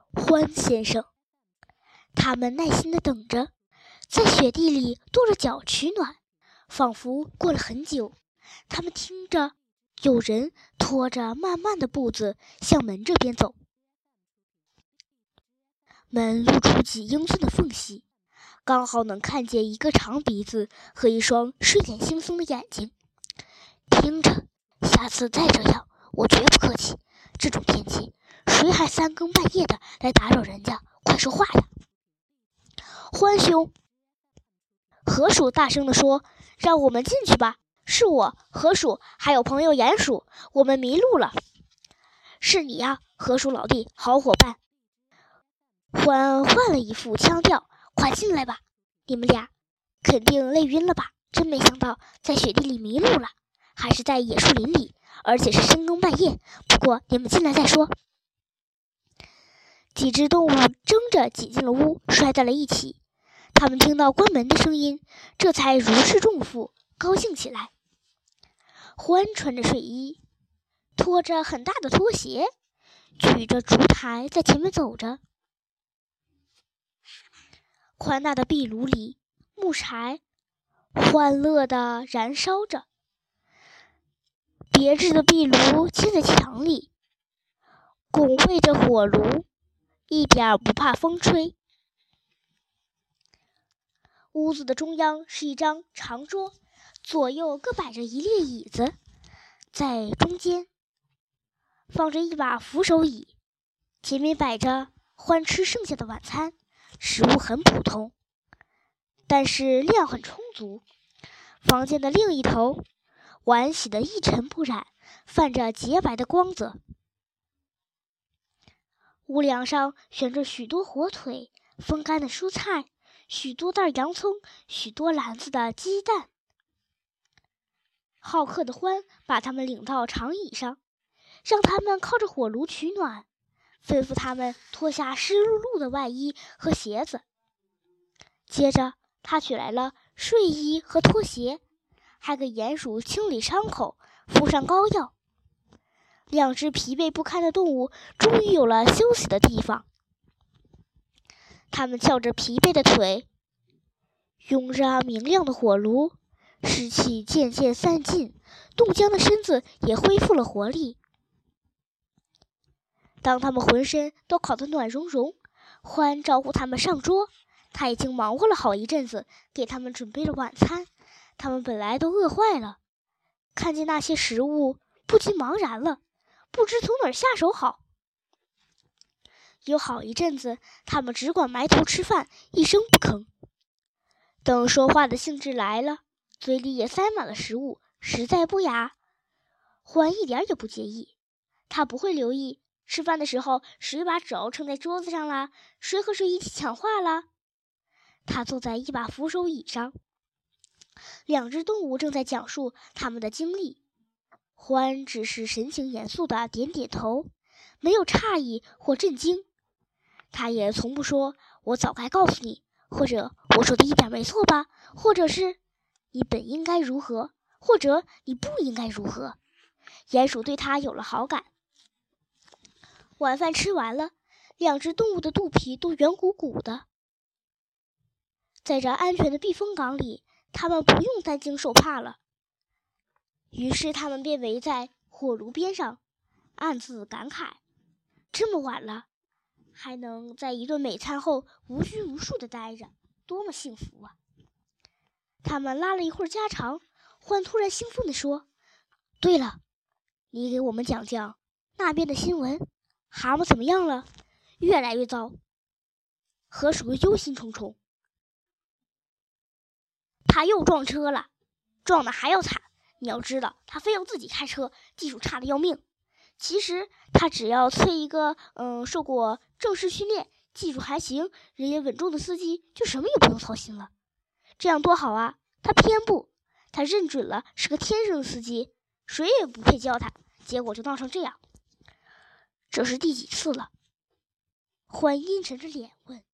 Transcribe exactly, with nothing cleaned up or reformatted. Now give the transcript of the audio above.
欢先生。他们耐心地等着，在雪地里跺着脚取暖，仿佛过了很久。他们听着有人拖着慢慢的步子向门这边走，门露出几英寸的缝隙，刚好能看见一个长鼻子和一双睡眼惺忪的眼睛。听着，下次再这样，我绝不客气。这种天气，谁还三更半夜的来打扰人家？快说话呀！欢兄，河鼠大声地说：“让我们进去吧！是我，河鼠，还有朋友鼹鼠，我们迷路了。”是你呀，河鼠老弟，好伙伴。欢换了一副腔调：“快进来吧！你们俩肯定累晕了吧？真没想到在雪地里迷路了，还是在野树林里，而且是深更半夜。不过你们进来再说。”几只动物争着挤进了屋，摔在了一起。他们听到关门的声音，这才如释重负，高兴起来。欢穿着睡衣，拖着很大的拖鞋，举着烛台在前面走着。宽大的壁炉里，木柴欢乐地燃烧着，别致的壁炉贴在墙里，拱卫着火炉，一点不怕风吹。屋子的中央是一张长桌，左右各摆着一列椅子，在中间放着一把扶手椅，前面摆着欢吃剩下的晚餐，食物很普通，但是量很充足。房间的另一头，碗洗得一尘不染，泛着洁白的光泽。屋梁上悬着许多火腿、风干的蔬菜，许多袋洋葱，许多篮子的鸡蛋。好客的欢把他们领到长椅上，让他们靠着火炉取暖，吩咐他们脱下湿漉漉的外衣和鞋子。接着他取来了睡衣和拖鞋，还给鼹鼠清理伤口，敷上膏药。两只疲惫不堪的动物终于有了休息的地方。他们翘着疲惫的腿，拥着明亮的火炉，湿气渐渐散尽，冻僵的身子也恢复了活力。当他们浑身都烤得暖融融，欢招呼他们上桌。他已经忙活了好一阵子，给他们准备了晚餐。他们本来都饿坏了，看见那些食物，不禁茫然了，不知从哪儿下手好。有好一阵子，他们只管埋头吃饭，一声不吭。等说话的兴致来了，嘴里也塞满了食物，实在不雅。欢一点也不介意，他不会留意吃饭的时候谁把肘撑在桌子上啦，谁和谁一起抢话啦。他坐在一把扶手椅上，两只动物正在讲述他们的经历。欢只是神情严肃地点点头，没有诧异或震惊。他也从不说我早该告诉你，或者我说的一点没错吧，或者是你本应该如何，或者你不应该如何。鼹鼠对他有了好感。晚饭吃完了，两只动物的肚皮都圆鼓鼓的。在这安全的避风港里，他们不用担惊受怕了。于是他们便围在火炉边上，暗自感慨：这么晚了，还能在一顿美餐后无拘无束地待着，多么幸福啊！他们拉了一会儿家常，欢突然兴奋地说：“对了，你给我们讲讲那边的新闻，蛤蟆怎么样了？越来越糟。”河鼠忧心忡忡：“他又撞车了，撞得还要惨。你要知道，他非要自己开车，技术差得要命。其实他只要催一个嗯受过正式训练、技术还行、人也稳重的司机，就什么也不用操心了。这样多好啊！他偏不，他认准了是个天生的司机，谁也不配教他，结果就闹成这样。这是第几次了？”欢阴沉着脸问。